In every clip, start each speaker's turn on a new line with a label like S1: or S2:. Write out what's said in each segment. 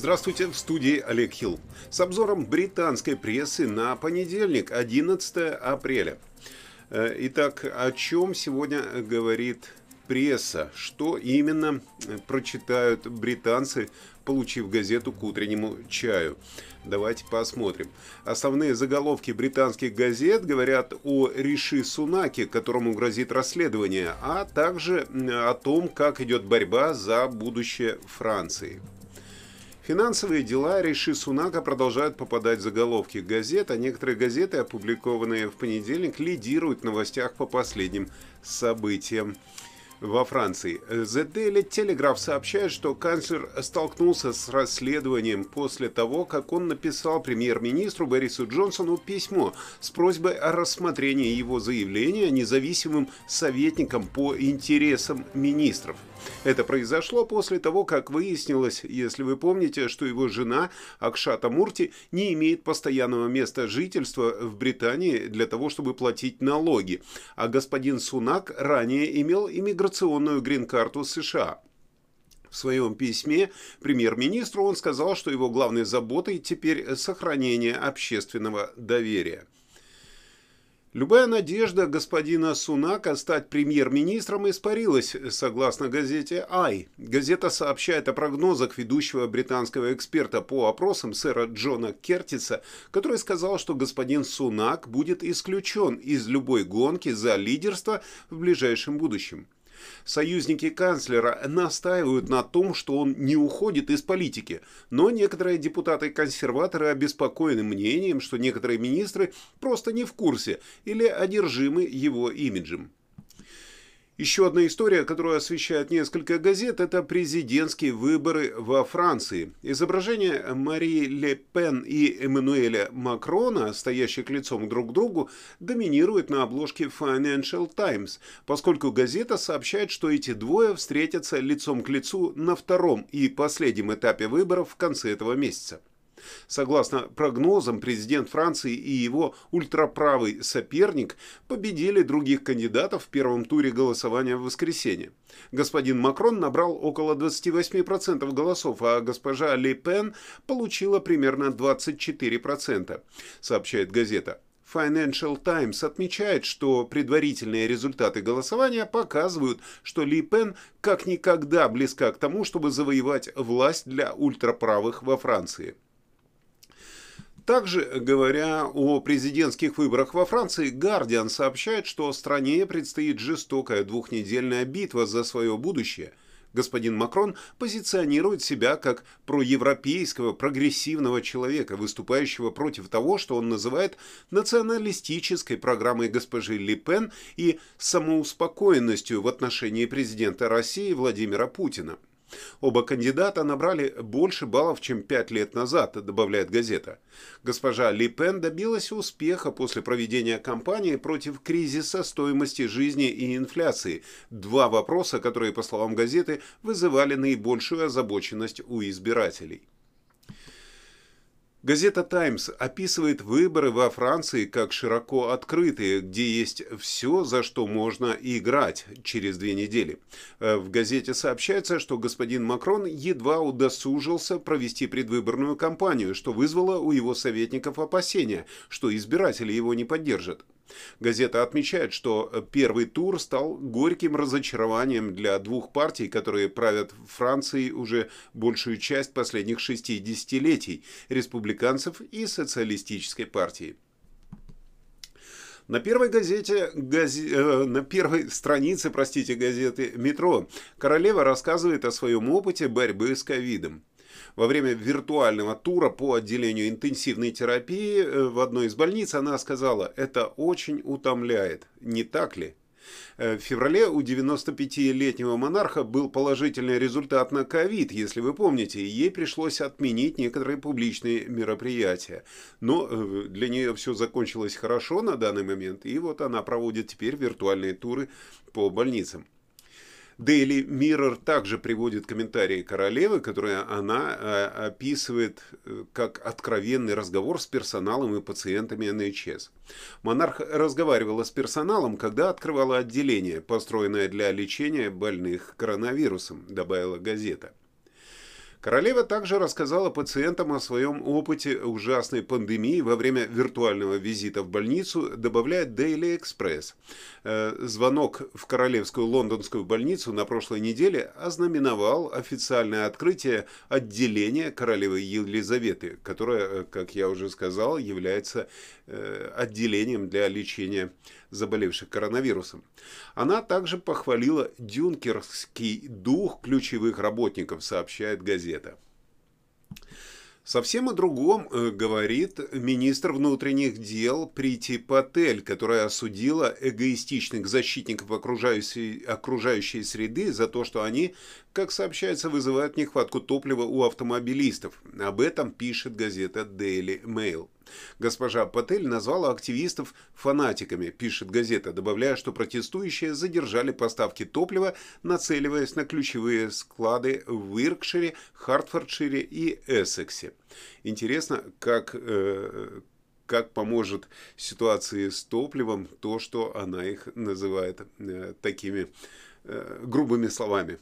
S1: Здравствуйте, в студии Олег Хилл с обзором британской прессы на понедельник, 11 апреля. Итак, о чем сегодня говорит пресса? Что именно прочитают британцы, получив газету к утреннему чаю? Давайте посмотрим. Основные заголовки британских газет говорят о Риши Сунаке, которому грозит расследование, а также о том, как идет борьба за будущее Франции. Финансовые дела Риши Сунака продолжают попадать в заголовки газет, а некоторые газеты, опубликованные в понедельник, лидируют в новостях по последним событиям во Франции. The Daily Telegraph сообщает, что канцлер столкнулся с расследованием после того, как он написал премьер-министру Борису Джонсону письмо с просьбой о рассмотрении его заявления независимым советником по интересам министров. Это произошло после того, как выяснилось, если вы помните, что его жена Акшата Мурти не имеет постоянного места жительства в Британии для того, чтобы платить налоги, а господин Сунак ранее имел иммиграционную грин-карту США. В своем письме премьер-министру он сказал, что его главной заботой теперь сохранение общественного доверия. Любая надежда господина Сунака стать премьер-министром испарилась, согласно газете «Ай». Газета сообщает о прогнозах ведущего британского эксперта по опросам сэра Джона Кертиса, который сказал, что господин Сунак будет исключен из любой гонки за лидерство в ближайшем будущем. Союзники канцлера настаивают на том, что он не уходит из политики, но некоторые депутаты-консерваторы обеспокоены мнением, что некоторые министры просто не в курсе или одержимы его имиджем. Еще одна история, которую освещает несколько газет, это президентские выборы во Франции. Изображение Марии Ле Пен и Эммануэля Макрона, стоящих лицом друг к другу, доминирует на обложке Financial Times, поскольку газета сообщает, что эти двое встретятся лицом к лицу на втором и последнем этапе выборов в конце этого месяца. Согласно прогнозам, президент Франции и его ультраправый соперник победили других кандидатов в первом туре голосования в воскресенье. Господин Макрон набрал около 28% голосов, а госпожа Ле Пен получила примерно 24%, сообщает газета. Financial Times отмечает, что предварительные результаты голосования показывают, что Ле Пен как никогда близка к тому, чтобы завоевать власть для ультраправых во Франции. Также, говоря о президентских выборах во Франции, Guardian сообщает, что стране предстоит жестокая двухнедельная битва за свое будущее. Господин Макрон позиционирует себя как проевропейского прогрессивного человека, выступающего против того, что он называет националистической программой госпожи Ле Пен и самоуспокоенностью в отношении президента России Владимира Путина. Оба кандидата набрали больше баллов, чем 5 лет назад, добавляет газета. Госпожа Ле Пен добилась успеха после проведения кампании против кризиса стоимости жизни и инфляции. Два вопроса, которые, по словам газеты, вызывали наибольшую озабоченность у избирателей. Газета «Таймс» описывает выборы во Франции как широко открытые, где есть все, за что можно играть через 2 недели. В газете сообщается, что господин Макрон едва удосужился провести предвыборную кампанию, что вызвало у его советников опасения, что избиратели его не поддержат. Газета отмечает, что первый тур стал горьким разочарованием для двух партий, которые правят Францией уже большую часть последних 6 десятилетий – республиканцев и социалистической партии. На первой странице газеты «Метро» королева рассказывает о своем опыте борьбы с ковидом. Во время виртуального тура по отделению интенсивной терапии в одной из больниц она сказала: «Это очень утомляет, не так ли?» В феврале у 95-летнего монарха был положительный результат на ковид, если вы помните, и ей пришлось отменить некоторые публичные мероприятия. Но для нее все закончилось хорошо на данный момент, и вот она проводит теперь виртуальные туры по больницам. Daily Mirror также приводит комментарии королевы, которые она описывает как откровенный разговор с персоналом и пациентами НХС. Монарх разговаривала с персоналом, когда открывала отделение, построенное для лечения больных коронавирусом, добавила газета. Королева также рассказала пациентам о своем опыте ужасной пандемии во время виртуального визита в больницу, добавляет Daily Express. Звонок в Королевскую лондонскую больницу на прошлой неделе ознаменовал официальное открытие отделения королевы Елизаветы, которое, как я уже сказал, является отделением для лечения заболевших коронавирусом. Она также похвалила дюнкерский дух ключевых работников, сообщает газета. Совсем о другом говорит министр внутренних дел Прити Патель, которая осудила эгоистичных защитников окружающей среды за то, что они, как сообщается, вызывают нехватку топлива у автомобилистов. Об этом пишет газета Daily Mail. Госпожа Патель назвала активистов фанатиками, пишет газета, добавляя, что протестующие задержали поставки топлива, нацеливаясь на ключевые склады в Уиркшире, Хартфордшире и Эссексе. Интересно, как поможет ситуации с топливом то, что она их называет такими грубыми словами.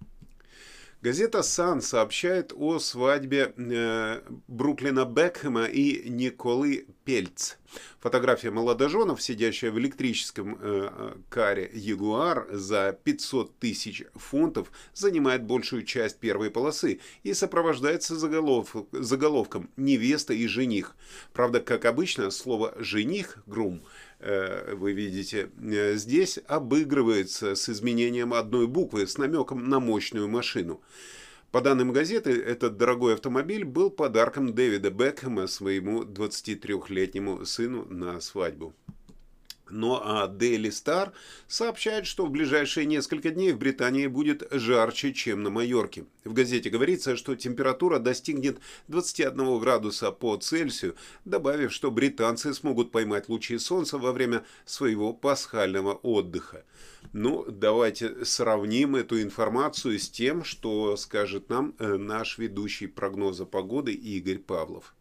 S1: Газета Sun сообщает о свадьбе Бруклина Бекхэма и Николы Пельц. Фотография молодоженов, сидящая в электрическом каре Ягуар за 500 тысяч фунтов, занимает большую часть первой полосы и сопровождается заголовком «Невеста и жених». Правда, как обычно, слово «жених» грум вы видите, здесь обыгрывается с изменением одной буквы с намеком на мощную машину. По данным газеты, этот дорогой автомобиль был подарком Дэвида Бекхэма своему 23-летнему сыну на свадьбу. Ну а Daily Star сообщает, что в ближайшие несколько дней в Британии будет жарче, чем на Майорке. В газете говорится, что температура достигнет 21 градуса по Цельсию, добавив, что британцы смогут поймать лучи солнца во время своего пасхального отдыха. Ну, давайте сравним эту информацию с тем, что скажет нам наш ведущий прогноза погоды Игорь Павлов.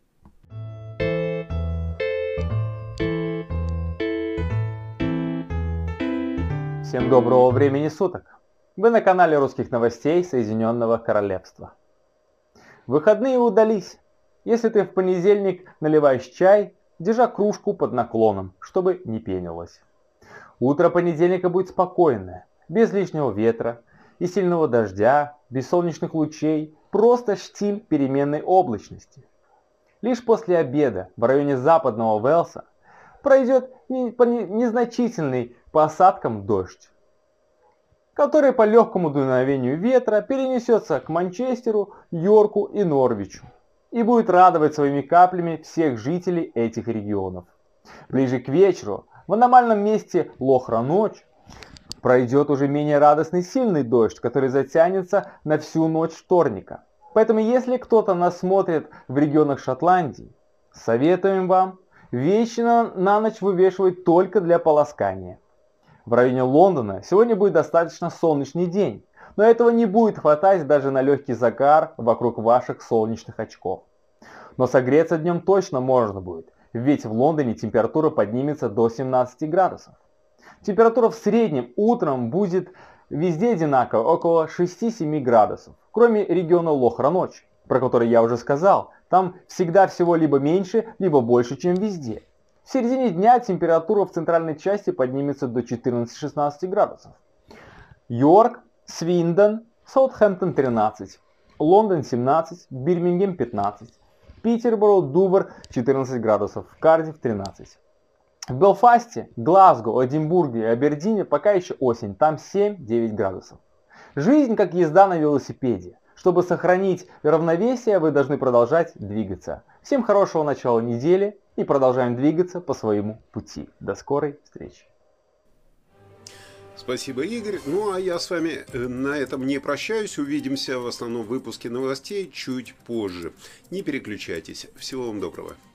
S2: Всем доброго времени суток! Вы на канале русских новостей Соединенного Королевства. Выходные удались. Если ты в понедельник наливаешь чай, держа кружку под наклоном, чтобы не пенилось. Утро понедельника будет спокойное, без лишнего ветра и сильного дождя, без солнечных лучей, просто штиль переменной облачности. Лишь после обеда в районе западного Уэльса пройдет незначительный по осадкам дождь, который по легкому дуновению ветра перенесется к Манчестеру, Йорку и Норвичу и будет радовать своими каплями всех жителей этих регионов. Ближе к вечеру в аномальном месте Лохра-Ночь пройдет уже менее радостный сильный дождь, который затянется на всю ночь вторника. Поэтому если кто-то нас смотрит в регионах Шотландии, советуем вам вещи на ночь вывешивать только для полоскания. В районе Лондона сегодня будет достаточно солнечный день, но этого не будет хватать даже на легкий загар вокруг ваших солнечных очков. Но согреться днем точно можно будет, ведь в Лондоне температура поднимется до 17 градусов. Температура в среднем утром будет везде одинаково, около 6-7 градусов, кроме региона Лохра-Ночь, про который я уже сказал. Там всегда всего либо меньше, либо больше, чем везде. В середине дня температура в центральной части поднимется до 14-16 градусов. Йорк, Свиндон, Саутгемптон 13, Лондон 17, Бирмингем 15, Питерборо, Дувр 14 градусов, Кардифф 13. В Белфасте, Глазго, Эдинбурге и Абердине пока еще осень, там 7-9 градусов. Жизнь как езда на велосипеде. Чтобы сохранить равновесие, вы должны продолжать двигаться. Всем хорошего начала недели и продолжаем двигаться по своему пути. До скорой встречи.
S1: Спасибо, Игорь. Ну а я с вами на этом не прощаюсь. Увидимся в основном выпуске новостей чуть позже. Не переключайтесь. Всего вам доброго.